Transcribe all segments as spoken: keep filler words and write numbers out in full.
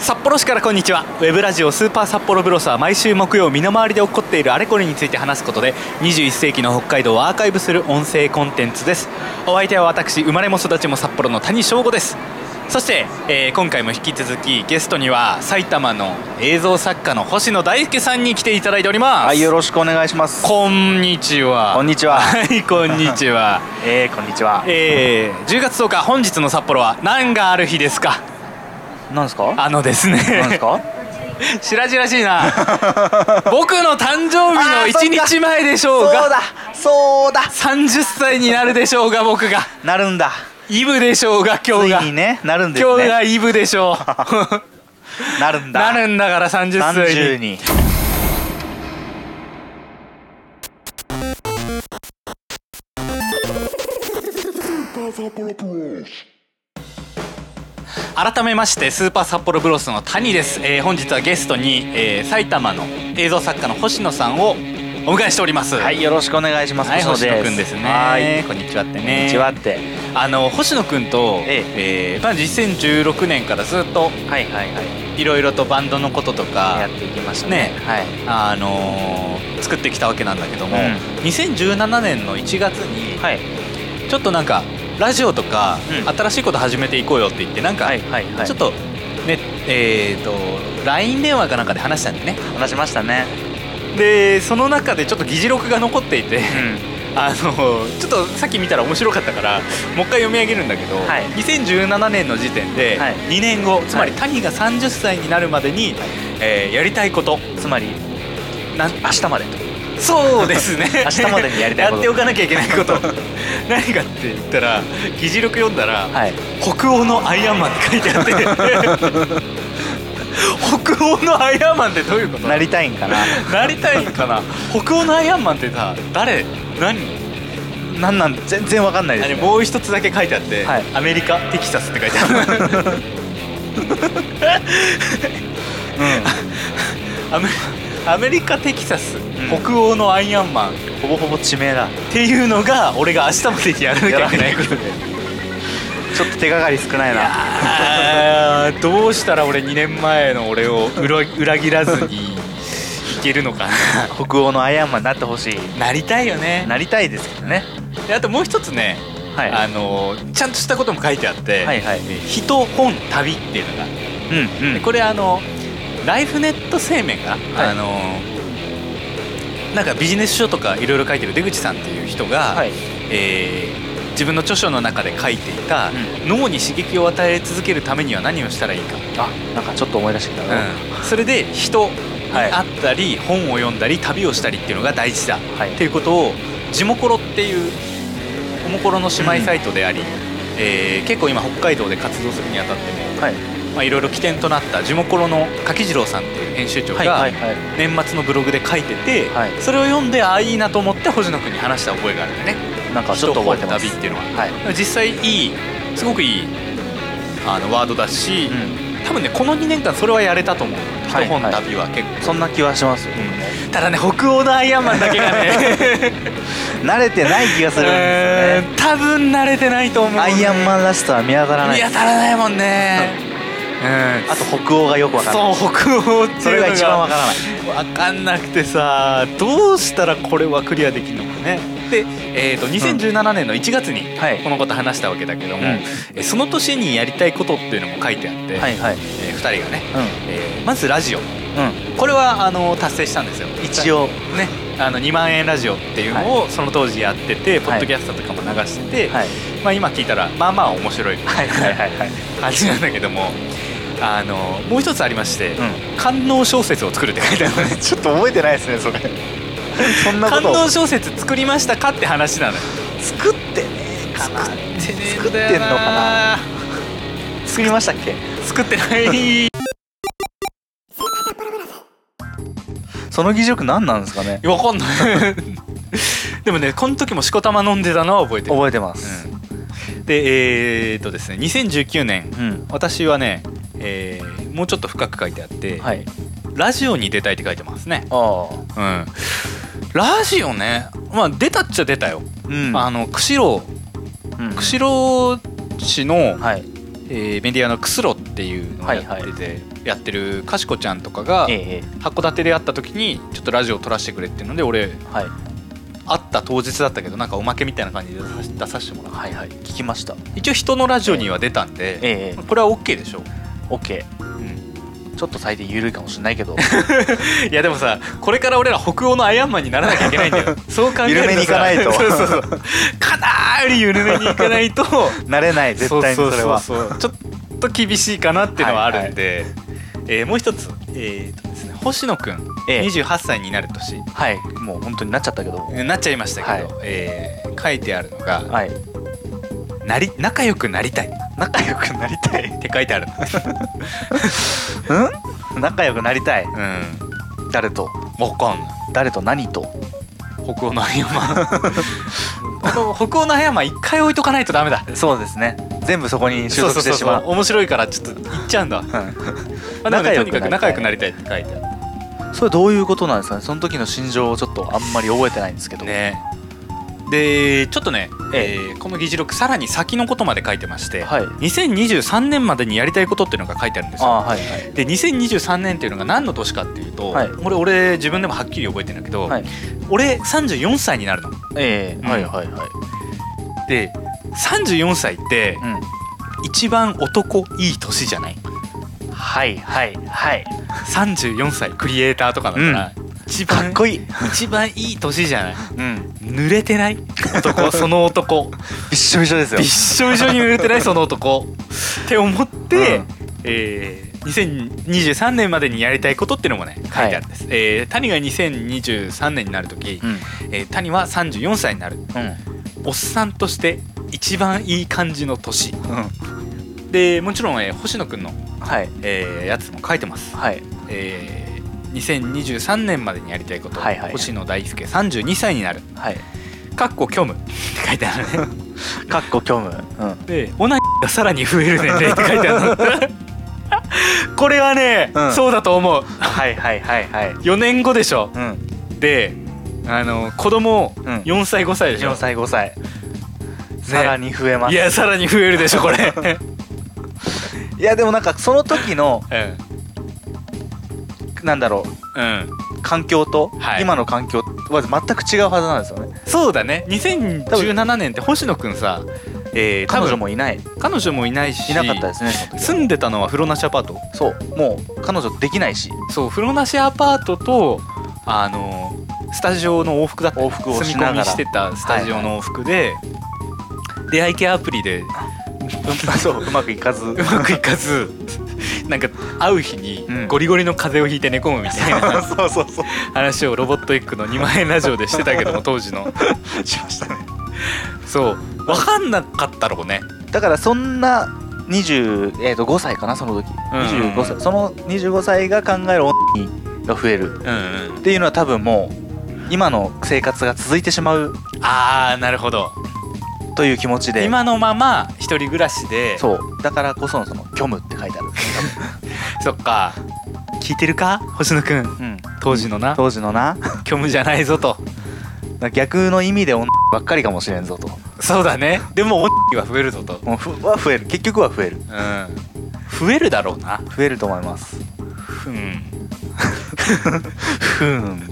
札幌市からこんにちは。ウェブラジオスーパー札幌ブロスは毎週木曜身の回りで起こっているあれこれについて話すことでにじゅういっ世紀の北海道をアーカイブする音声コンテンツです。お相手は私、生まれも育ちも札幌の谷翔吾です。そして、えー、今回も引き続きゲストには埼玉の映像作家の星野大輔さんに来ていただいております。 はい、よろしくお願いします。 こんにちは。 こんにちは。 はいこんにちは。 えー、こんにちは。 えー、じゅうがつとおか本日の札幌は何がある日ですか？ なんですか？ あのですねなんですか？ 白々しいな僕の誕生日のいちにちまえでしょうが。 そうだそうださんじゅっさいになるでしょうが僕が。 なるんだ。 イブでしょうが今日が。 ついにね、なるんですね。 今日がイブでしょうなるんだ。 なるんだからさんじゅっさいに。 さんじゅうに。 改めましてスーパー札幌ブロスの谷です。えー、本日はゲストに、えー、埼玉の映像作家の星野さんをお迎えしております。 はい、よろしくお願いします。 はい、星野野くんですね。 はい、 こんにちはってね。 こんにちはって。 あの星野くんと、 えええーまあ、にせんじゅうろくねんからずっとはいはいはいいろいろとバンドのこととかやっていきましたね。 ね、 はい。 あのー作ってきたわけなんだけども、 うにせんじゅうななねんのいちがつにはいちょっとなんかラジオとか、 うん新しいこと始めていこうよって言ってなんか、 はいはいはい。 ちょっとねえーと ライン 電話かなんかで話したんだよね。 話しましたね。 でその中でちょっと議事録が残っていて、 うん。 あのちょっとさっき見たら面白かったからもう一回読み上げるんだけど、 はい、 にせんじゅうななねんの時点ではいにねんご、つまりはい谷がさんじゅっさいになるまでに、えーやりたいこと、 つまりなん明日まで。 そうですね明日までにやりたいことやっておかなきゃいけないこと何かって言ったら議事録読んだら、 はい。 北欧のアイアンマンって書いてあって北欧のアイアンマンってどういうこと？ なりたいんかな。 なりたいんかな北欧のアイアンマンってさ誰何なんなんだ、全然わかんないですね。 あれもう一つだけ書いてあって、 はい、 アメリカテキサスって書いてあるアメアメリカテキサス、 ん北欧のアイアンマンっほぼほぼ地名だ。 ていうのが俺が明日までにやらなきゃいけないことでちょっと手がかり少ないな。 あーどうしたら俺にねんまえの俺を裏裏切らずにいけるのかな北欧のアイアンマンになってほしい。 なりたいよね。 なりたいですけどね。 であともう一つね、 はい。 あのちゃんとしたことも書いてあって、 はいはい。 人本旅っていうのが、 うんでこれあのライフネット生命かな、 はいあのなんかビジネス書とかいろいろ書いてる出口さんっていう人が、 はい。 えー自分の著書の中で書いていた、 う脳に刺激を与え続けるためには何をしたらいいか、 あ、なんかちょっと思い出してきたな。 うんそれで人にはい会ったり、本を読んだり旅をしたりっていうのが大事だはいっていうことを地もころっていうおもころの姉妹サイトであり、えー結構今北海道で活動するにあたってもはい。 まあいろいろ起点となった地もころの柿次郎さんっていう編集長はいがはいはい。 年末のブログで書いてて、 はいそれを読んでああいいなと思って星野君に話した覚えがあるんだよね。 なんかちょっと覚えてます。 人本旅っていうのははい。 実際いいすごくいいあのワードだし、 うん。 多分ねこのにねんかんそれはやれたと思う。人はい本旅は結構、 そんな気はしますよ。 うんただね北欧のアイアンマンだけがね慣れてない気がするんですよね。 多分慣れてないと思う、ね、 アイアンマンらしさは見当たらない見です。 当たらないもんねうんあと北欧がよくわかんない。 そう北欧っていうのがそれが一番わからない。 分かんなくてさどうしたらこれはクリアできるのかね。で、えー、とにせんじゅうななねんのいちがつにはい。 このこと話したわけだけども、 うんえその年にやりたいことっていうのも書いてあって、 はいはい。 えー、ふたりがね、 うえーまずラジオん。うん。 これはあの達成したんですよ一応ね。あのにまんえんラジオっていうのをその当時やってて、ポッドキャストとかも流してて、 はい。 まあ、今聞いたらまあまあ面白いはいはいはいはい。 感じなんだけどもあのもう一つありまして、 うん。 官能小説を作るって書いてあるのねちょっと覚えてないですねそれ。そんなこと官能小説作りましたかって話なのよ。 作ってねえかな。 作ってねえ作っんだよてんのかな。作りましたっけ？ 作ってないその技術何なんですかね。 わかんないでもねこの時もしこたま飲んでたのは覚えてる。 覚えてます。 うん、でえー、っとですねにせんじゅうきゅうねん、 うん。 私はね、えーもうちょっと深く書いてあって、 はい。 ラジオに出たいって書いてますね。 ああ。 うんラジオねまあ出たっちゃ出たよ、 うん。 あの釧路うん釧路市の、 はい。 えーメディアのクスロっていうのをやってて、はいはい、やってるかしこちゃんとかが函館で会った時にちょっとラジオを撮らせてくれっていうので俺、はい、会った当日だったけどなんかおまけみたいな感じで出させてもらって、 はいはい、聞きました。 一応人のラジオには出たんで、えー、これは OK でしょ。 OK、うん、ちょっと最低緩いかもしれないけどいやでもさこれから俺ら北欧のアイアンマンにならなきゃいけないんだよそう考えると緩めにいかないとそうそうそうかなり緩めにいかないとなれない絶対にそれはそうそうそうちょっと厳しいかなっていうのはあるんで、はいはい、えー、もう一つ、えーとですね、星野くん、ええ、にじゅうはっさいになる年、 はい、もう本当になっちゃったけどなっちゃいましたけど、はい、えー、書いてあるのが、はい、なり仲良くなりたい仲良くなりたいって書いてあるうん仲良くなりたい、 うん、 誰とわかんない誰と何と北欧のアイアンマン北欧のアイアンマン一回置いとかないとダメだ。 そうですね、全部そこに収束してしまう。 そうそうそうそう、面白いからちょっと言っちゃうんだ、うん、まあでもね、とにかく仲良くなりたいって書いてある。 それどういうことなんですかね。その時の心情をちょっとあんまり覚えてないんですけどね。でちょっとね、ええー、この議事録さらに先のことまで書いてまして、はい、にせんにじゅうさんねんまでにやりたいことっていうのが書いてあるんですよ。あ、はいはい、でにせんにじゅうさんねんっていうのが何の年かっていうと、はい、俺俺自分でもはっきり覚えてるんだけど、はい、俺さんじゅうよんさいになるの。ええーうん、はいはいはい。でさんじゅうよんさいって、うん、一番男いい年じゃない？ はいはいはい。 さんじゅうよんさいクリエイターとかだから、うん、一番かっこいい一番いい年じゃない？うん、濡れてない男その男びっしょびしょですよ。 びっしょびしょに濡れてないその男って思って、うん、えー、にせんにじゅうさんねんまでにやりたいことっていうのもね書いてあるんです、はい、えー、谷がにせんにじゅうさんねんになる時、うん、えー、谷はさんじゅうよんさいになる、うん、おっさんとして一番いい感じの年、うん、でもちろん、えー、星野くんの、はい、えー、やつも書いてます、はい、えー、にせんにじゅうさんねんまでにやりたいこと、はいはいはい、星野大輔さんじゅうにさいになる、はい、かっこ虚無って書いてあるねかっこ虚無、うん、 でオナニーがさらに増える年齢って書いてあるこれはね、うん、そうだと思う。 はいはいはいはい。 よねんごでしょ、うん、であの子供よんさいごさいでしょ、 よんさいごさい、ね、さらに増えます。 いやさらに増えるでしょこれいやでもなんかその時の、うん、なんだろう、うん、環境と、はい、今の環境は全く違うはずなんですよね。 そうだね。にせんじゅうななねんって星野くんさ、 えー、彼女もいない彼女もいないし、 いなかったですね。 住んでたのは風呂なしアパート。 そうもう彼女できないし、 そう風呂なしアパートとあのスタジオの往復だった。 往復をしながら住み込みしてたスタジオの往復で、はいはい、出会い系アプリでそううまくいかずうまくいかずなんか会う日にゴリゴリの風邪をひいて寝込むみたいな、うん、そうそうそう話をロボットエッグのにまん円ラジオでしてたけども当時のしましたね。 そう分かんなかったろうね。 だからそんなにじゅう、えー、とごさいかなその時、うんうん、にじゅうごさい、そのにじゅうごさいが考える女が増えるっていうのは多分もう今の生活が続いてしまう。 あーなるほどという気持ちで今のまま一人暮らしで、 そうだからこそのその虚無って書いてあるそっか聞いてるか星野くん、うん、当時のな当時のな虚無じゃないぞと、 逆の意味で女ばっかりかもしれんぞと。 そうだね。でも女は増えるぞと。 もうふは増える、結局は増える、うん 、増えるだろうな。 増えると思います。 ふんふん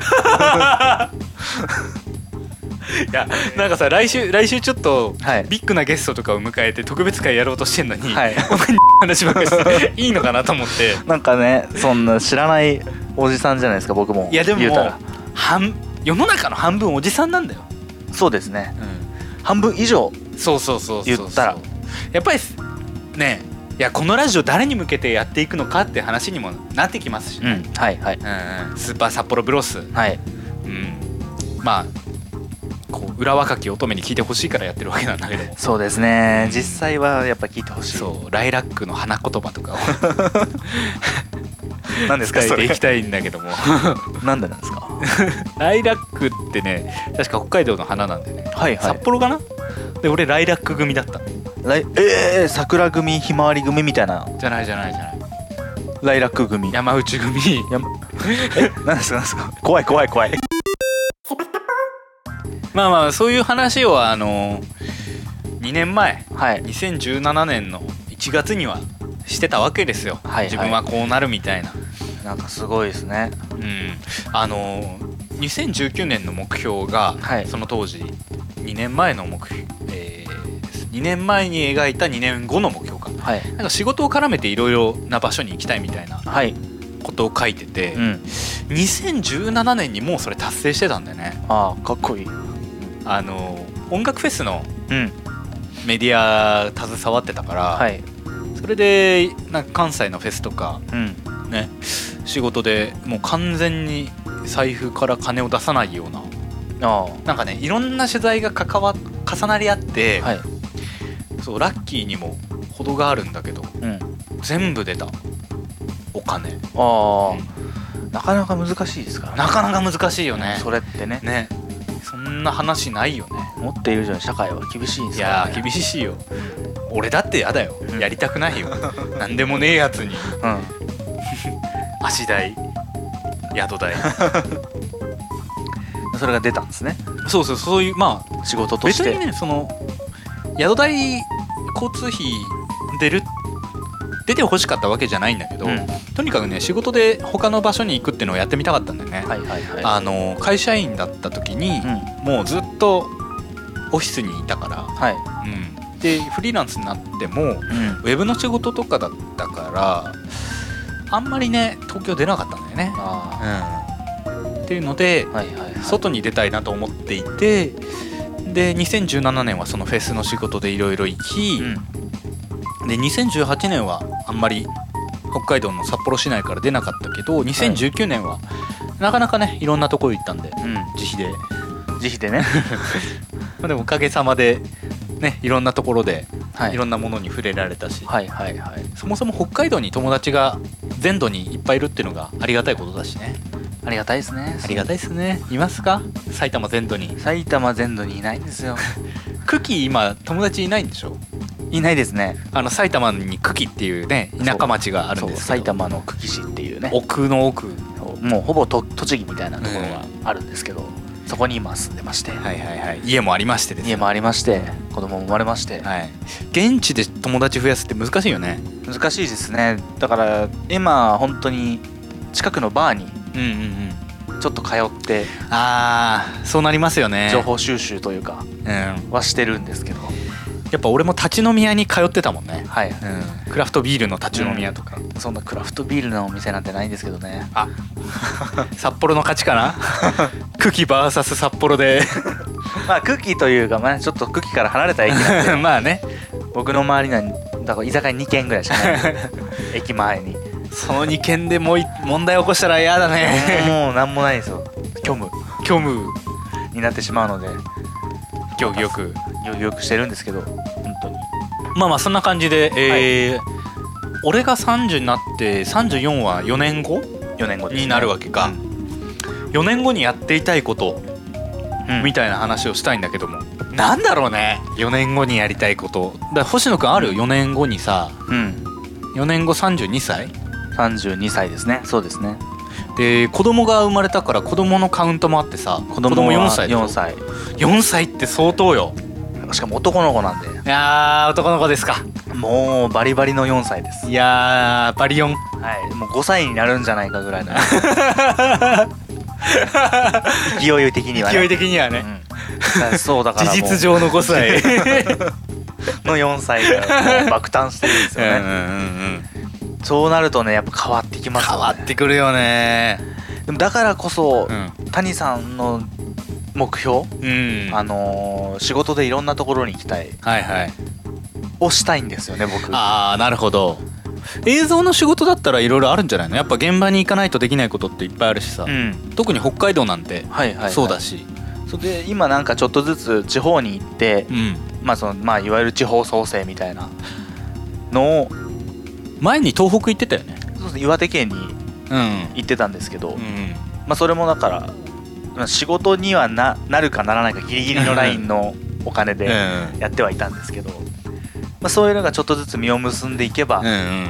いやなんかさ来週来週ちょっとビッグなゲストとかを迎えて特別会やろうとしてんのに、はい、話ばっかりしていいのかなと思ってなんかねそんな知らないおじさんじゃないですか僕も。 いやでも半世の中の半分おじさんなんだよ。 そうですね、うん、半分以上そうそうそう言ったらやっぱりねいやこのラジオ誰に向けてやっていくのかって話にもなってきますしね、 うん、はいはい、 うん、スーパー札幌ブロス、はい、うん、まあこう裏若き乙女に聞いてほしいからやってるわけなんだけど。 そうですね、実際はやっぱ聞いてほしい。 そうライラックの花言葉とかを何ですか伝えていきたいんだけどもなんでなんですかライラックってね確か北海道の花なんでね、はいはい、札幌かな。で俺ライラック組だったライえー、桜組ひまわり組みたいな。 じゃないじゃないじゃないライラック組山内組やえ何ですか何ですか怖い怖い怖いまあまあそういう話をあのにねんまえ、はい、にせんじゅうななねんのいちちがつにはしてたわけですよ、 はいはい、 自分はこうなるみたいな。 なんかすごいですね。 うん、あのにせんじゅうきゅうねんの目標が、はい、その当時にねんまえの目標、えー、にねんまえに描いたにねんごの目標か、はい、なんか仕事を絡めていろいろな場所に行きたいみたいなことを書いてて、はい、うん、にせんじゅうななねんにもうそれ達成してたんだよね。 ああ、かっこいい。 あの音楽フェスのメディア携わってたから、はい、それでなんか関西のフェスとか、うんね、仕事でもう完全に財布から金を出さないような、あなんかね、いろんな取材が関わ重なり合って、はい、そうラッキーにも程があるんだけど、うん、全部出たお金。 あ、うん、なかなか難しいですからね。 なかなか難しいよね、 それってね。ね、 そんな話ないよね。 持っている以上に社会は厳しいんですよ、ね。 いや厳しいよ。俺だってやだよ、うん、やりたくないよなんでもねえやつに、うん、足代宿代それが出たんですね。 そうそう、そういうまあ仕事として別にね、その宿代交通費出る出てほしかったわけじゃないんだけど、うん、とにかくね仕事で他の場所に行くっていうのをやってみたかったんだよね、はいはいはい、あの会社員だった時に、うん、もうずっとオフィスにいたから、はい、うん、でフリーランスになっても、うん、ウェブの仕事とかだったからあんまりね東京出なかったんだよね。あ、うん、っていうので、はいはいはい、外に出たいなと思っていて、でにせんじゅうななねんはそのフェスの仕事でいろいろ行き、うん、でにせんじゅうはちねんはあんまり北海道の札幌市内から出なかったけど、にせんじゅうきゅうねんはなかなかねいろんなところ行ったんで、うん、自費で自費でねでもおかげさまでねいろんなところで、はい、いろんなものに触れられたし、はいはいはい、そもそも北海道に友達が全土にいっぱいいるっていうのがありがたいことだしね。 ありがたいですね。 ありがたいですね。いますか？埼玉全土に。 埼玉全土にいないんですよクキ今友達いないんでしょ？ いないですね。 あの埼玉に久喜っていうね田舎町があるんですけど、 埼玉の久喜市っていうね奥の奥、 もうほぼと栃木みたいなところがあるんですけど、うん、そこに今住んでまして、 はいはいはい、家もありましてですね、 家もありまして子供も生まれまして、はい、 現地で友達増やすって難しいよね。 難しいですね。だから今本当に近くのバーにちょっと通って、うんうんうん、 ああそうなりますよね。 情報収集というか、うん、はしてるんですけど、 やっぱ俺も立ち飲み屋に通ってたもんね、はい、うん、クラフトビールの立ち飲み屋とか、 うん、そんなクラフトビールのお店なんてないんですけどね。 あ札幌の勝ちかな久喜 ブイエス 札幌でまあ久喜というか、まあ、ちょっと久喜から離れた駅なんでまあね、 僕の周りにはだから居酒屋にけんぐらいしかない駅前に。 そのにけんでもう問題起こしたら嫌だねもうなんもないですよ。虚無虚無になってしまうので行儀よく行儀よくしてるんですけど、本当にまあまあそんな感じで、えーはい、俺がさんじゅうになってさんじゅうよんはよねんごよねんごです、ね、 になるわけか、うん、よねんごにやっていたいこと、うん、みたいな話をしたいんだけども、なんだろうねよねんごにやりたいこと。だから星野くんあるよ、よねんごにさ、うん、よねんごさんじゅうにさいさんじゅうにさいですね。そうですね。 で子供が生まれたから子供のカウントもあってさ、子供よんさいでしょ。 よんさいよんさいって相当よ。 しかも男の子なんで。いやー男の子ですか。 もうバリバリのよんさいです。 いやーバリよん、はい、もうごさいになるんじゃないかぐらいの勢い的にはね。 勢い的にはね、 うん、そうだから事実上のごさいのよんさいがもう爆誕してるんですよね。うんうんうん、そうなるとねやっぱ変わってきますよね。 変わってくるよね。 でもだからこそ、うん、谷さんの目標、うん、あのー、仕事でいろんなところに行きたい、はいはい、をしたいんですよね僕。 ああなるほど。映像の仕事だったらいろいろあるんじゃないの。やっぱ現場に行かないとできないことっていっぱいあるしさ、うん、特に北海道なんてそうだし、 それで今なんかちょっとずつ地方に行って、うん、まあそのまあいわゆる地方創生みたいなのを前に東北行ってたよね。 そうですね、岩手県に行ってたんですけど、うんうん、まあそれもだから仕事には な, なるかならないかギリギリのラインのお金でやってはいたんですけど、まあ、そういうのがちょっとずつ実を結んでいけば、うんうん、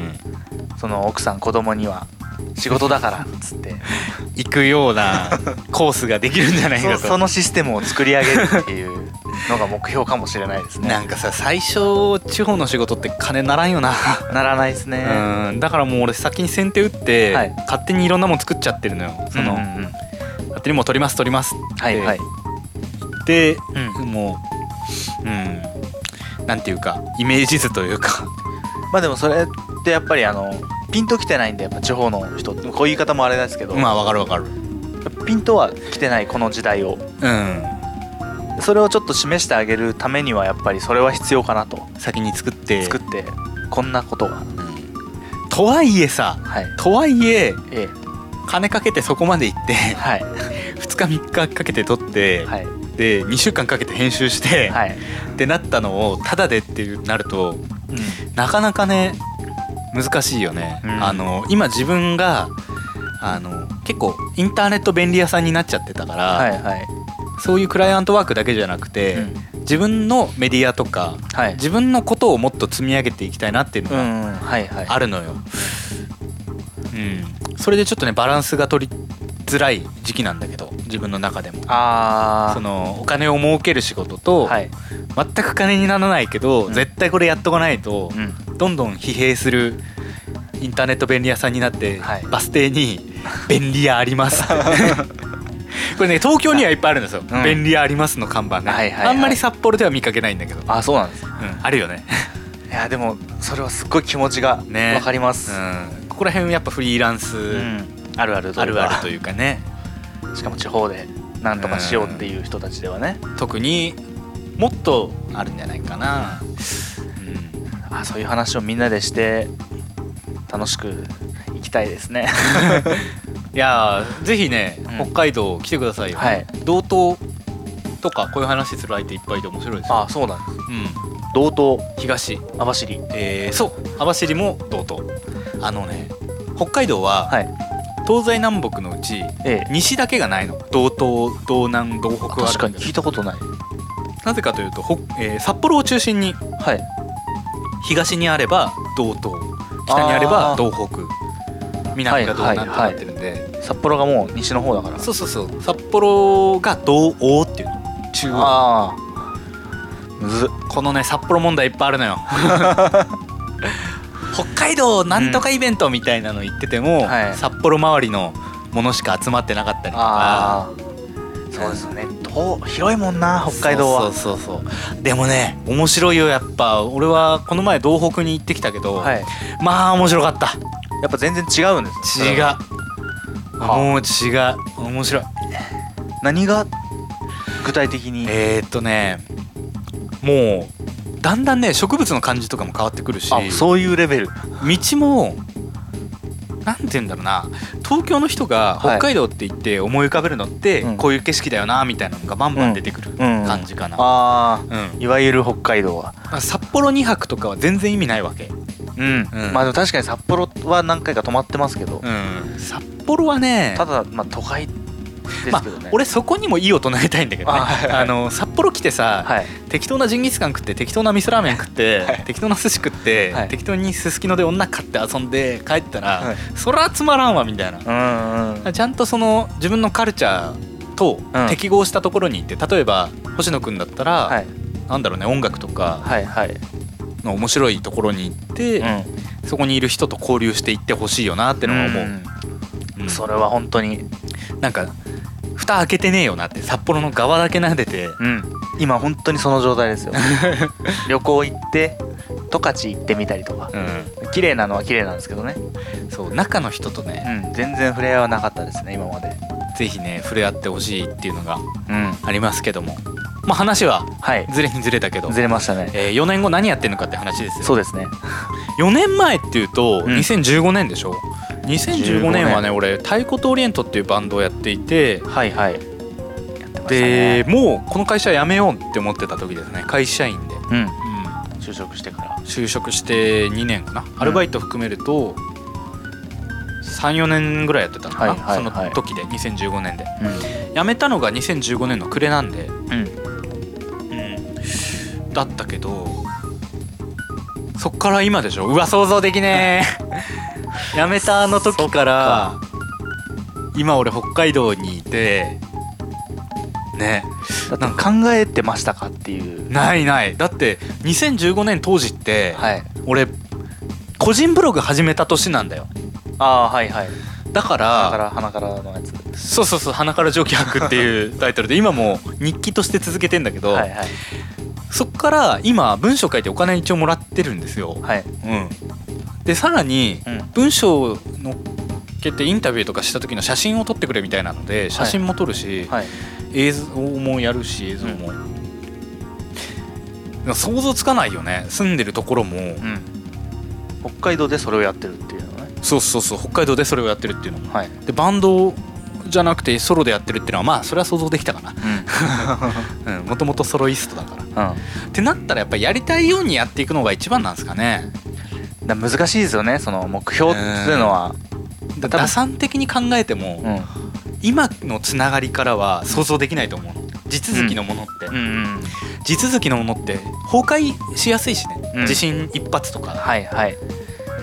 その奥さん子供には仕事だからっつって行くようなコースができるんじゃないかとそ, そのシステムを作り上げるっていうのが目標かもしれないですね。 なんかさ最初地方の仕事って金ならんよなならないですね。 うんだからもう俺先に先手打って、はい、勝手にいろんなもん作っちゃってるのよ。その、うんうんうん、勝手にもう取ります取りますって、はいはい、で、うん、もう、うん、なんていうかイメージ図というかまあでもそれってやっぱりあのピンときてないんで、やっぱ地方の人ってこういう言い方もあれですけど、 まあわかるわかる、 ピンとはきてないこの時代を、うん、それをちょっと示してあげるためにはやっぱりそれは必要かなと。 先に作って作ってこんなことが、うん、 とはいえさ、はい、とはいえ、ええ、金かけてそこまで行って、はい、ふつかみっかかけて撮って、はい、でにしゅうかんかけて編集して、はい、ってなったのをタダでってなると、うん、なかなかね難しいよね、うん、あの今自分があの結構インターネット便利屋さんになっちゃってたから、はいはい、そういうクライアントワークだけじゃなくて、うん、自分のメディアとか、はい、自分のことをもっと積み上げていきたいなっていうのがあるのよ、うん、それでちょっとねバランスが取りづらい時期なんだけど自分の中でもあそのお金を儲ける仕事と、はい、全く金にならないけど、うん、絶対これやっとかないと、うん、どんどん疲弊するインターネット便利屋さんになって、はい、バス停に便利屋ありますってこれね東京にはいっぱいあるんですよ、うん、便利屋ありますの看板ね、はいはいはい、あんまり札幌では見かけないんだけど。 あ、そうなんです、うん、 あるよねいやでもそれはすっごい気持ちが分かります、 ね、うん、ここら辺やっぱフリーランス、うん、あるあるあるあるというかねしかも地方でなんとかしようっていう人たちではね、 うん、特にもっとあるんじゃないかな、 うん、あそういう話をみんなでして楽しく行きたいですねいやぜひね、うん、北海道来てくださいよ、はい、道東とかこういう話する相手いっぱいで面白いですよ。 あそうなんです、うん、道東東網走、 えー、そう網走も道東。あのね北海道は、はい、東西南北のうち、ええ、西だけがないの。道東道南道北はある。 確かに聞いたことない。 なぜかというと、えー、札幌を中心に、はい、東にあれば道東、北にあれば道北、南が道南となってるんで、はいはいはい、 札幌がもう西の方だから。 そうそうそう、札幌が道央っていうの、中央。あむずっ。 このね札幌問題いっぱいあるのよ北海道なんとかイベントみたいなの行ってても、うんはい、札幌周りのものしか集まってなかったりとか。 そうですよね、広いもんな北海道は。 そうそうそうそう。でもね面白いよやっぱ。俺はこの前道北に行ってきたけど、はい、まあ面白かった。 やっぱ全然違うんです。 違う、もう違う、面白い。 何が具体的に？ えーっとねもうだんだんね植物の感じとかも変わってくるし。 あ、そういうレベル。 道もなんて言うんだろうな、東京の人が北海道って言って思い浮かべるのって、はい、こういう景色だよなみたいなのがバンバン出てくる感じかな、うんうん、 ああ、うん、いわゆる北海道は札幌にはくとかは全然意味ないわけ。 うん、うん、まあでも確かに札幌は何回か泊まってますけど、 うん、札幌はねただまあ都会ですけどね、まあ、 俺そこにも異を唱えたいんだけどね。あ、はいはい、あの札幌来てさ、はい、適当なジンギスカン食って適当な味噌ラーメン食って、はい、適当な寿司食って、はい、適当にすすきので女買って遊んで帰ったら、はい、そりゃつまらんわみたいな、うんうん、ちゃんとその自分のカルチャーと適合したところに行って、例えば星野くんだったら、はい、なんだろうね、音楽とかの面白いところに行って、はいはい、そこにいる人と交流していってほしいよなってのは思う、うんうん、それは本当になんか蓋開けてねえよなって。札幌の側だけ撫でて、 うん、今本当にその状態ですよ旅行行って十勝行ってみたりとか、うん、綺麗なのは綺麗なんですけどね。 そう中の人とね、 うん、全然触れ合いはなかったですね今まで。 ぜひね触れ合ってほしいっていうのがありますけども、うん、まあ話はずれにずれたけど、 はい、ずれましたね、 えー、よねんご何やってんのかって話ですよ。 そうですね。 よねんまえっていうとにせんじゅうごねんでしょ、うん、にせんじゅうごねんはね俺太鼓とオリエントっていうバンドをやっていて、はいはい、やってましたね。でもうこの会社辞めようって思ってた時ですね。会社員で、うんうん、 就職してから就職してにねんかな、アルバイト含めるとさんよねんぐらいやってたのかな、はいはいはい、その時でにせんじゅうごねんで、うん、辞めたのがにせんじゅうごねんの暮れなんで、うんうん、だったけどそっから今でしょ。うわ想像できねえ辞めたあの時から今俺北海道にいてね、 だって考えてましたかっていう。 ないない。だってにせんじゅうごねん当時って、 はい、 俺個人ブログ始めた年なんだよ。 ああはいはい。 だから鼻から鼻からのやつ。 そうそうそう、鼻から蒸気吐くっていうタイトルで今も日記として続けてんだけど、 はいはい、 そっから今文章書いてお金一応もらってるんですよ。 はい、 うん、でさらに文章を載っけてインタビューとかした時の写真を撮ってくれみたいなので写真も撮るし、はいはい、映像もやるし映像も、うん、想像つかないよね、住んでるところも、うん、 北海道でそれをやってるっていうのね。 そうそうそう、北海道でそれをやってるっていうのも、はい、でバンドじゃなくてソロでやってるっていうのはまあそれは想像できたかな、もともとソロイストだから、うん、ってなったらやっぱりやりたいようにやっていくのが一番なんですかね。 だ難しいですよね、その目標っていうのは。 だ打算的に考えても、うん、今のつながりからは想像できないと思うの、地続きのものって、うんうんうん、地続きのものって崩壊しやすいしね、うん、地震一発とか、 はいはい、うん、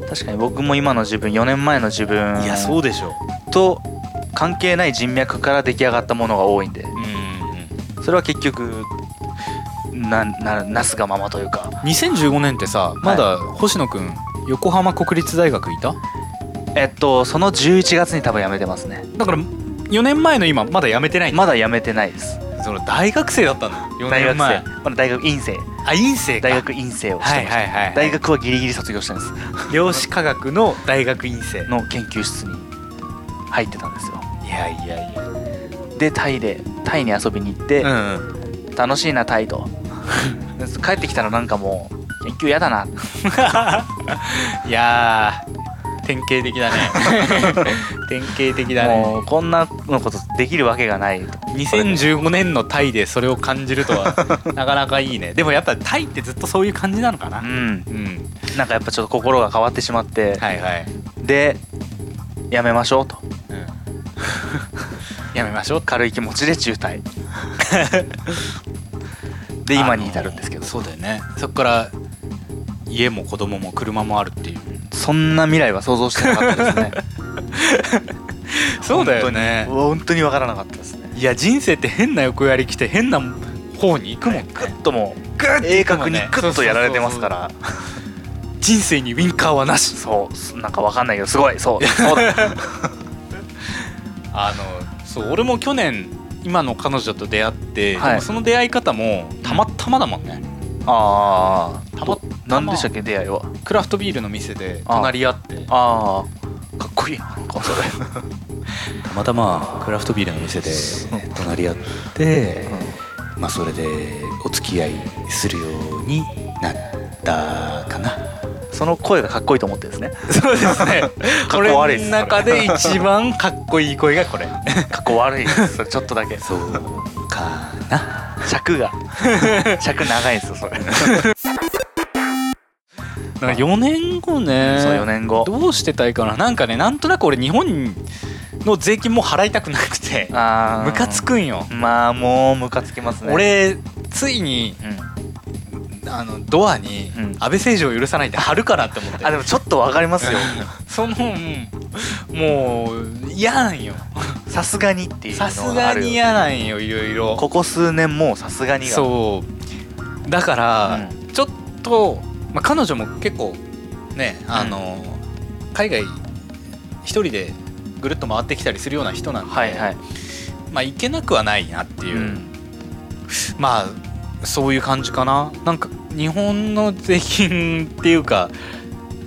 確かに僕も今の自分よねんまえの自分いやそうでしょと関係ない人脈から出来上がったものが多いんで、うんうん、それは結局なななすがままというか。 にせんじゅうごねんってさ、まだ星野くん横浜国立大学いた？ えっとそのじゅういちがつに多分辞めてますね。 だからよねんまえの今まだ辞めてないんだ。 まだ辞めてないです。 その大学生だったのよねんまえ。 大学生、まだ大学院生。 あ、院生か。 大学院生をしてました、はいはいはいはい、大学はギリギリ卒業したんです。 量子科学の大学院生の研究室に入ってたんですよ。 いやいやいや。 でタイでタイに遊びに行って、うんうん、楽しいなタイと帰ってきたらなんかもう研究やだな。 いやー典型的だね。典型的だね。 もうこんなのことできるわけがない。 にせんじゅうごねんのタイでそれを感じるとはなかなかいいね。でもやっぱタイってずっとそういう感じなのかな。うん、うん、 なんかやっぱちょっと心が変わってしまって、はいはい、でやめましょうと、うん、 やめましょう軽い気持ちで中退で今に至るんですけど。 そうだよね。そこから家も子供も車もあるっていう、 そんな未来は想像してなかったですね。 そうだよね。 本当に分からなかったですね。 いや人生って変な横やり来て変な方に行くもんね。 グッともうグッと鋭角にグッとやられてますから、 人生にウインカーはなし。 そうなんか分かんないけどすごいそうそうだ。 あのそう俺も去年今の彼女と出会って、はい、でもその出会い方もたまたまだもんね。 ああ、たま何でしたっけ出会いは。 クラフトビールの店で隣り合って。 ああかっこいいなそれ。 たまたまクラフトビールの店で隣り合って、うん、まあそれでお付き合いするようになったかな。 その声がかっこいいと思ってですね。 そうですね。 かっこ悪いです。 俺の中で一番かっこいい声がこれ。 かっこ悪いです。それちょっとだけ。 そうかな。 尺が尺長いんですよそれ。 なんかよねんごね。 そうよねんごどうしてたいかな。なんかねなんとなく俺日本の税金も払いたくなくてムカつくんよ。 まあもうムカつきますね。 俺ついに、うん、あのドアに安倍政治を許さないって貼るかなって思って。 あでもちょっとわかりますよ。 そのもう嫌なんよ。 さすがにっていうのがある。 さすがに嫌なんよいろいろ。 ここ数年もうさすがにが。 そうだから、うん、ちょっと、まあ、彼女も結構ねあの、うん、海外一人でぐるっと回ってきたりするような人なんで、はいはい、まあ行けなくはないなっていう、うん、まあそういう感じかな。なんか日本の税金っていうか、うん、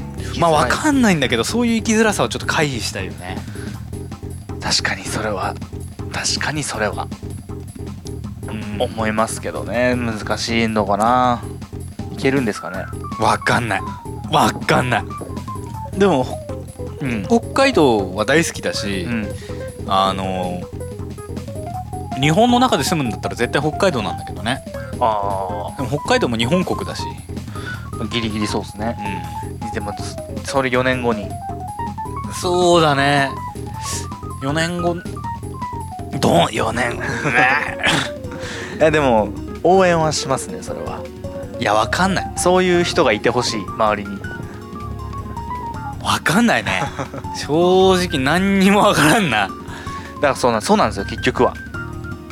まあ分かんないんだけどそういう生きづらさをちょっと回避したいよね。 確かにそれは確かにそれは、うん、思いますけどね。難しいのかな。いけるんですかね。 分かんない分かんない。でも、うん、北海道は大好きだし、うん、あの日本の中で住むんだったら絶対北海道なんだけどね。あでも北海道も日本国だしギリギリそうですね、うん、でもそれよねんごに。 そうだねよねんごどうよねん。いやでも応援はしますねそれは。 いや分かんない。 そういう人がいてほしい周りに。 分かんないね。正直何にも分からんな。 だからそうなんそうなんですよ結局は。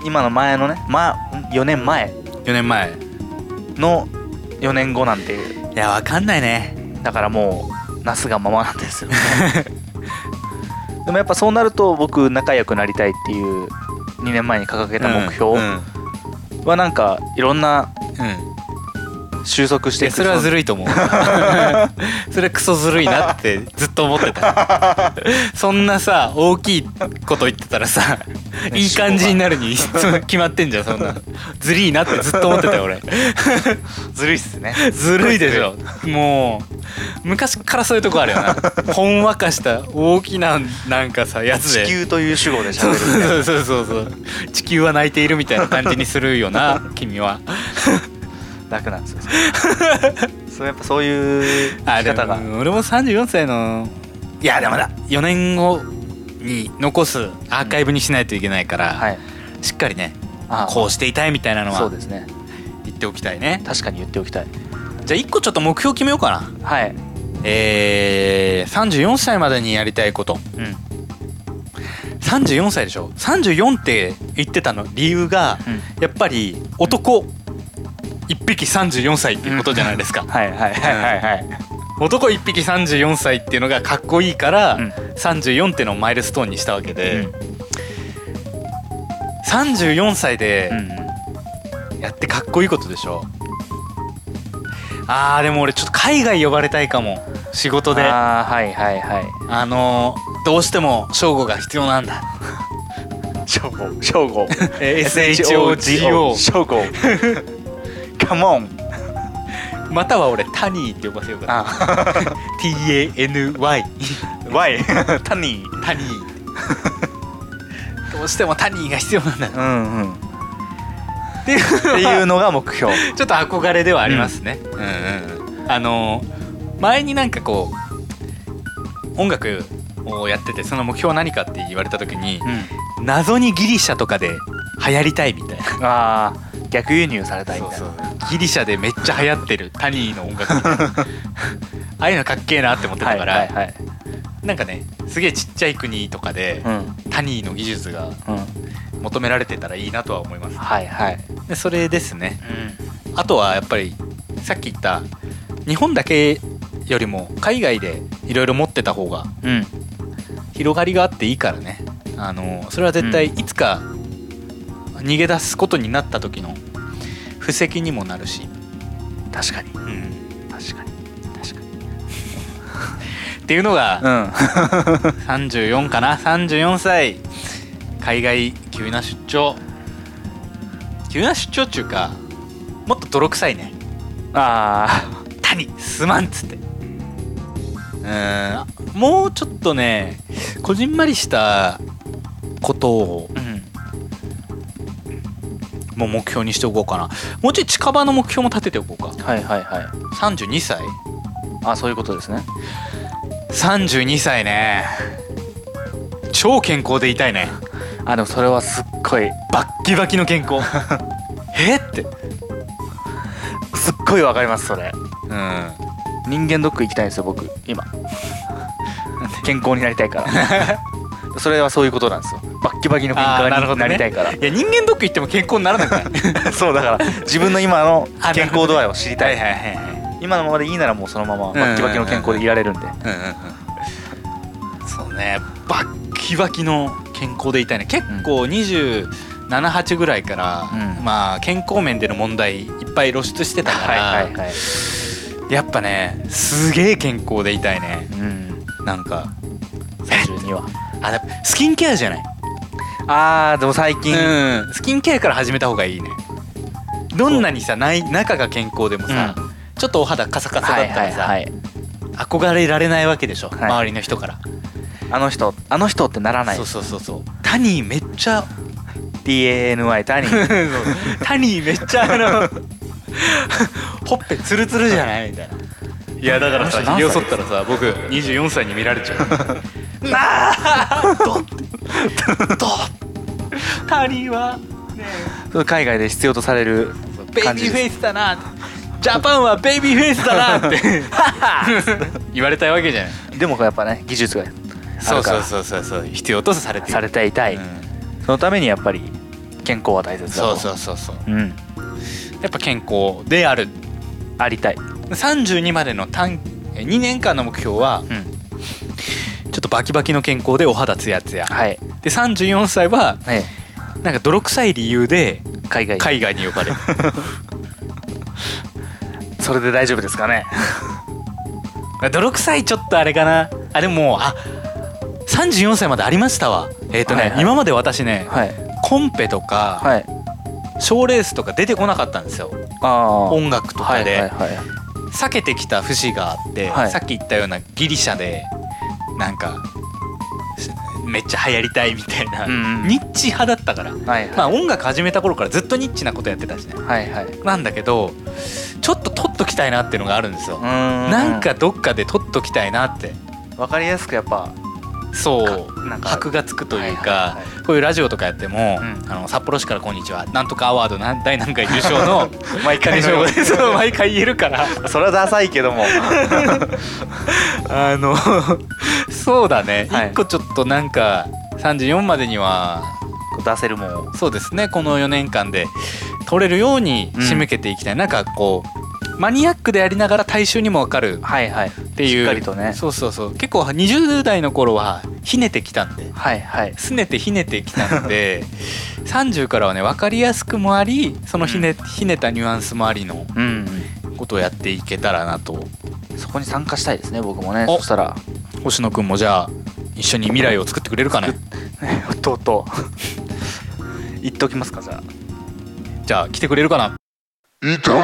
今の前のね、まあ、よねんまえよねんまえのよねんごなんていう。 いやわかんないね。 だからもうなすがままなんですよでもやっぱそうなると僕仲良くなりたいっていうにねんまえに掲げた目標はなんかいろんな収束していく。 それはずるいと思うそれクソずるいなってずっと思ってたそんなさ大きいこと言ってたらさいい感じになるに決まってんじゃん。そんなずるいなってずっと思ってたよ俺ずるいっすね。 ずるいでしょ。もう昔からそういうとこあるよなほんわかした大きななんかさやつで地球という主語で喋るみたいな。 そうそうそうそう地球は泣いているみたいな感じにするよな君は楽なんですよそうやっぱそういう生き方が。 俺もさんじゅうよんさいのいやでもだよねんごに残すアーカイブにしないといけないから、うんはい、しっかりねこうしていたいみたいなのはそうですね言っておきたいね。 確かに言っておきたい。 じゃあいっこちょっと目標決めようかな。はい。えー、さんじゅうよんさいまでにやりたいこと、うん、さんじゅうよんさいでしょ。さんじゅうよんって言ってたの理由が、うん、やっぱり男一匹さんじゅうよんさいっていうことじゃないですか、うん、はいはいはいはいはい、男一匹さんじゅうよんさいっていうのがかっこいいから、うん、さんじゅうよんっていうのをマイルストーンにしたわけで、うん、さんじゅうよんさいでやってかっこいいことでしょ。あーでも俺ちょっと海外呼ばれたいかも仕事で。あーはいはいはい。あのー、どうしても正吾が必要なんだ正吾正吾 エスエイチオージーオー 正吾カモンまたは俺タニーって呼ばせようかなティーエーエヌワイ Y タニータニーどうしてもタニーが必要なんだ。うんうんっていうのが目標ちょっと憧れではありますね、うんうんうん、あの前になんかこう音楽をやっててその目標は何かって言われた時に、うん、謎にギリシャとかで流行りたいみたいな。あー逆輸入されたいみたいな。そうそうギリシャでめっちゃ流行ってるタニーの音楽みたいなああいうのかっけえなって思ってたから、はいはいはい、なんかねすげえちっちゃい国とかで、うん、タニーの技術が、うん求められてたらいいなとは思います。はいはい。でそれですね、うん。あとはやっぱりさっき言った日本だけよりも海外でいろいろ持ってた方が広がりがあっていいからね。あのそれは絶対いつか逃げ出すことになった時の布石にもなるし。確かに。うん。確かに確かに。っていうのが、うん、さんじゅうよんかな。さんじゅうよんさい。海外急な出張急な出張っちゅうかもっと泥臭いね。ああ谷すまんっつってうんもうちょっとねこじんまりしたことを、うん、もう目標にしておこうかな。もうちょい近場の目標も立てておこうか。はいはいはい。さんじゅうにさい。あそういうことですね。さんじゅうにさいね超健康でいたいね。あでもそれはすっごいバッキバキの健康えってすっごいわかりますそれ。うん人間ドック行きたいんですよ僕今健康になりたいからそれはそういうことなんですよ。バッキバキの健康になりたいから、ね、いや人間ドック行っても健康にならなくないそうだから自分の今の健康度合いを知りたい。はいはいはいはい。今のままでいいならもうそのままバッキバキの健康でいられるんで。そうねバッキバキの健康でいたいね。結構にじゅうなな、はちぐらいから、うん、まあ健康面での問題いっぱい露出してたから、はいはいはい、やっぱねすげえ健康でいたいね、うん、なんかさんじゅうにはあでもスキンケアじゃない。あーでも最近、うん、スキンケアから始めた方がいいね。どんなにさない中が健康でもさ、うん、ちょっとお肌カサカサだったらさ、はいはいはい、憧れられないわけでしょ、はい、周りの人から。あの人あの人ってならない。そうそうそうそう。タニーめっちゃ ティーエーエヌワイ タニータニーめっちゃあのほっぺツルツルじゃないみたいな。いやだからさひげを剃ったらさ僕にじゅうよんさいに見られちゃうなあドッドッタニーはね海外で必要とされるベイビーフェイスだなジャパンはベイビーフェイスだなって言われたいわけじゃない。でもやっぱね技術がそうそうそうそうそう必要とされてされていたい、うん、そのためにやっぱり健康は大切だと。 そうそうそうそう、 うん、 やっぱ健康であるありたい。 さんじゅうにまでの短にねんかんの目標は、 うん、 ちょっとバキバキの健康でお肌ツヤツヤ、 はい、 でさんじゅうよんさいははい、 なんか泥臭い理由で海外海外に呼ばれるそれで大丈夫ですかね。 泥臭いちょっとあれかなあ。でもあさんじゅうよんさいまでありましたわ。えっ、ー、とね、はいはい、今まで私ね、はい、コンペとか、はい、賞レースとか出てこなかったんですよ。あ音楽とかで、はいはいはい、避けてきた節があって、はい、さっき言ったようなギリシャでなんかめっちゃ流行りたいみたいな、うんうん、ニッチ派だったから、はいはい、まあ、音楽始めた頃からずっとニッチなことやってたしね、はいはい、なんだけどちょっと取っときたいなっていうのがあるんですよ。なんかどっかで取っときたいなって。 分かりやすくやっぱそうなんか箔がつくというか、はいはいはい、こういうラジオとかやっても、うん、あの札幌市からこんにちはなんとかアワード何第何回受賞の毎回の毎回言えるからそれはダサいけどもあのそうだね、はい、いっこちょっとなんかさんじゅうよんまでには出せるもん、 そうですね、このよねんかんで取れるように仕向けていきたい、うん、なんかこうマニアックでありながら大衆にも分かるっていう、 しっかりとね、 そうそうそう、結構にじゅう代の頃はひねてきたんで、 はいはい、 すねてひねてきたんでさんじゅうからはね分かりやすくもあり、そのひね、うん、ひねたニュアンスもありのことをやっていけたらなと、 うん、そこに参加したいですね僕もね。そしたら星野くんもじゃあ一緒に未来を作ってくれるかね。 とうとう言っておきますか。じゃあじゃあ来てくれるかな。いたも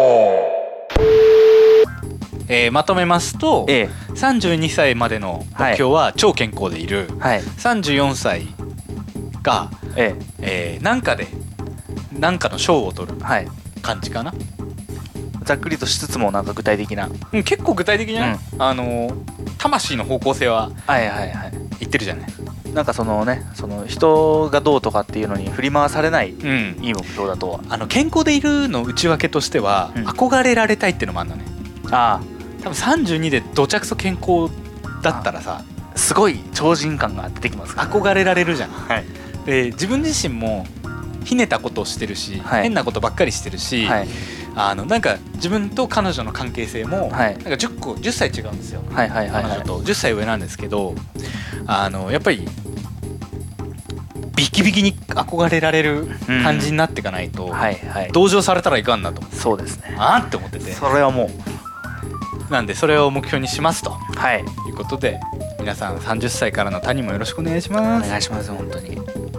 えー、まとめますと、ええ、さんじゅうにさいまでの目標は超健康でいる、はい、さんじゅうよんさいが、えええー、なんかでなんかの賞を取る感じかな、はい、 ざっくりとしつつもなんか具体的な、 うん、結構具体的な、うん、あの魂の方向性は言ってるじゃない。 なんかそのね、その人がどうとかっていうのに振り回されない、うん、いい目標だとは。 あの健康でいるの内訳としては、うん、憧れられたいっていうのもあるのね。ああ、多分さんじゅうにでどちゃくそ健康だったらさ、 すごい超人感が出てきますから、 ね、憧れられるじゃん、はい、で自分自身もひねたことをしてるし、はい、変なことばっかりしてるし、はい、あのなんか自分と彼女の関係性も、はい、なんかじゅっこじゅっさい違うんですよ、はいはいはいはい、彼女とじゅっさい上なんですけど、あのやっぱりビキビキに憧れられる感じになっていかないと、うん、はいはい、同情されたらいかんなと。 そうですね、 あーって思ってて、 それはもうなんでそれを目標にしますと、はい、いうことで皆さんさんじゅっさいからの谷もよろしくお願いします。 お願いします本当に。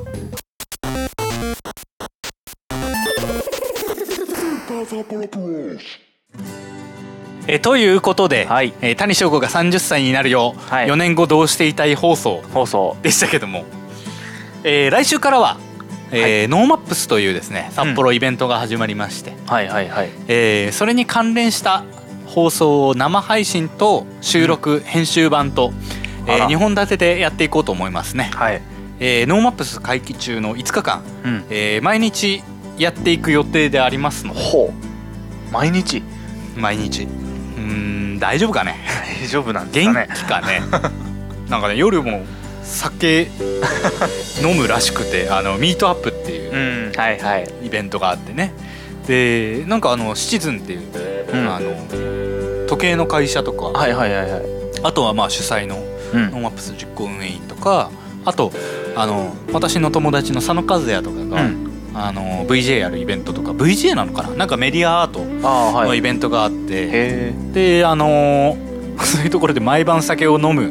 えということで、はい、え谷翔吾がさんじゅっさいになるよう、はい、よねんごどうしていたい放送放送でしたけども、えー、来週からは、えーはい、ノーマップスというですね札幌イベントが始まりまして、うん、はいはいはい、えー、それに関連した放送を生配信と収録、うん、編集版と、えー、にほん立てでやっていこうと思いますね。はい、えー、ノーマップス会期中のいつかかん、うん、えー、毎日やっていく予定でありますので。 ほう、毎日毎日、うーん、大丈夫かね。 大丈夫なんですかね。 元気かね。なんかね、夜も酒飲むらしくて、あのミートアップっていう、うん、はいはい、イベントがあってね。でなんかあのシチズンっていう、うん、あの時計の会社とか、はいはいはいはい、あとはまあ主催のノーマップス実行運営員とか、あとあの私の友達の佐野和也とかが、うん、あの ブイジェー やるイベントとか ブイジェー なのかな、なんかメディアアートのイベントがあって、はい、であのそういうところで毎晩酒を飲む、うん、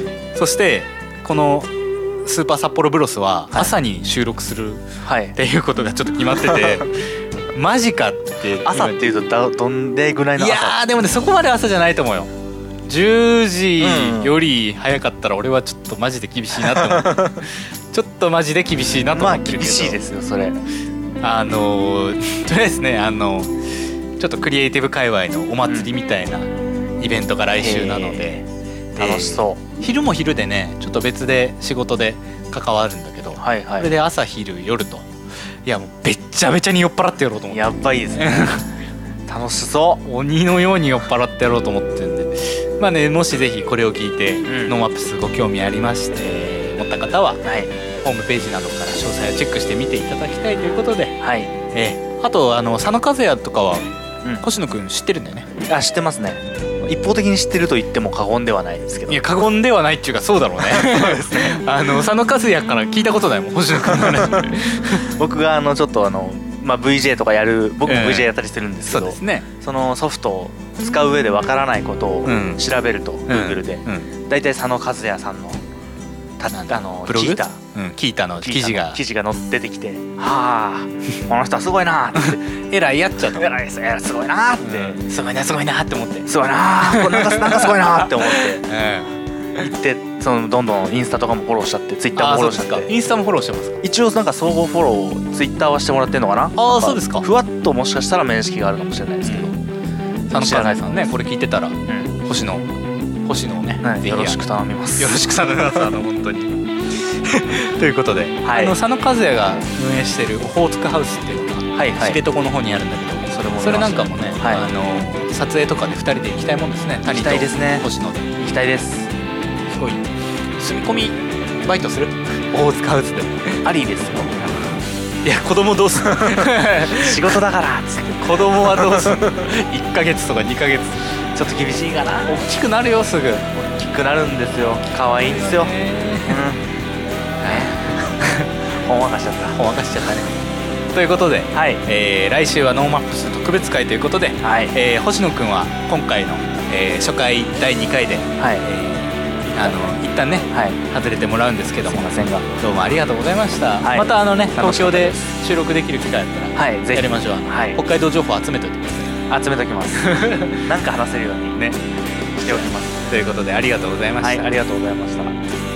そしてこのスーパー札幌ブロスは朝に収録する、はい、っていうことがちょっと決まってて、はい、マジかって。 朝っていうとどんでぐらいの朝？ いやーでもね、そこまで朝じゃないと思うよ。じゅうじより早かったら俺はちょっとマジで厳しいなと思ってちょっとマジで厳しいなと思ってるけど、 まあ厳しいですよそれ。 あのとりあえずね、あのちょっとクリエイティブ界隈のお祭りみたいなイベントが来週なので、 うん、楽しそう。 昼も昼でね、ちょっと別で仕事で関わるんだけど、はいはい、それで朝昼夜と、いやもうべっちゃべちゃに酔っ払ってやろうと思って。 やっばいですね楽しそう。 鬼のように酔っ払ってやろうと思ってるんで、まあね、もしぜひこれを聞いて、うん、ノーマップスご興味ありまして持った方は、はい、 ホームページなどから詳細をチェックしてみていただきたいということで、 はい、 ええ、あとあの佐野和也とかは、 うん、 星野くん知ってるんだよね。 あ、知ってますね。一方的に知ってると言っても過言ではないですけど。 いや過言ではないっていうかそうだろうねあの佐野和也から聞いたことないもん星野くんの話僕があのちょっとあの、まあ、ブイジェー とかやる、僕も ブイジェー やったりするんですけど、 そうですね、 そのソフトを使う上でわからないことをうん調べると、 うん Google で、 うん、 だいたい佐野和也さんのたなんだあのブログ聞いたうん、聞いたの記事が記事が載っててきて、はあこの人はすごいなーってえらいやっちゃったえらいですえらいすごいなーって、 うんすごいなすごいなって思って、 すごいなーこれなんかなんかすごいなーって思ってうん、 行って、そのどんどんインスタとかもフォローしちゃって、ツイッターもフォローしちゃって、 インスタもフォローしてますか。 一応なんか相互フォローツイッターはしてもらってるのかな。 ああそうですか。 ふわっともしかしたら面識があるかもしれないですけど、 佐野和也さんねこれ聞いてたらうん星野星野をね、 はい、 ぜひよろしく頼みます。 よろしく頼みますあの本当にということで、 はい、 あの佐野和也が運営しているオホーツクハウスっていうのが、 はいはい、 知床の方にあるんだけど、 それもそれなんかもね、 はい、 あの撮影とかでふたりで行きたいもんですね。 行きたいですね。 星野で行きたいです。 すごい住み込みバイトするオホーツクハウスでありですよ。 いや子供どうする仕事だからっつって子供はどうするいっかげつとかにかげつちょっと厳しいかな。 大きくなるよすぐ。 大きくなるんですよ。可愛いんですよ。ほんわかしちゃった。 ほんわかしちゃったね。ということで、 はい、 えー来週はノーマップス特別会ということで、 はい、 えー星野くんは今回の、えー初回だいにかいで、 はい、 えーあの一旦ね、 はい、 外れてもらうんですけども、 すいませんが、 どうもありがとうございました。 はい、 またあのね楽しか東京でったです収録できる機会あったら、 はい、ぜひやりましょう。 はい、 北海道情報集めておいてください。 集めときます。なんか話せるようにねしておきます。 ということでありがとうございました。 はい、ありがとうございました。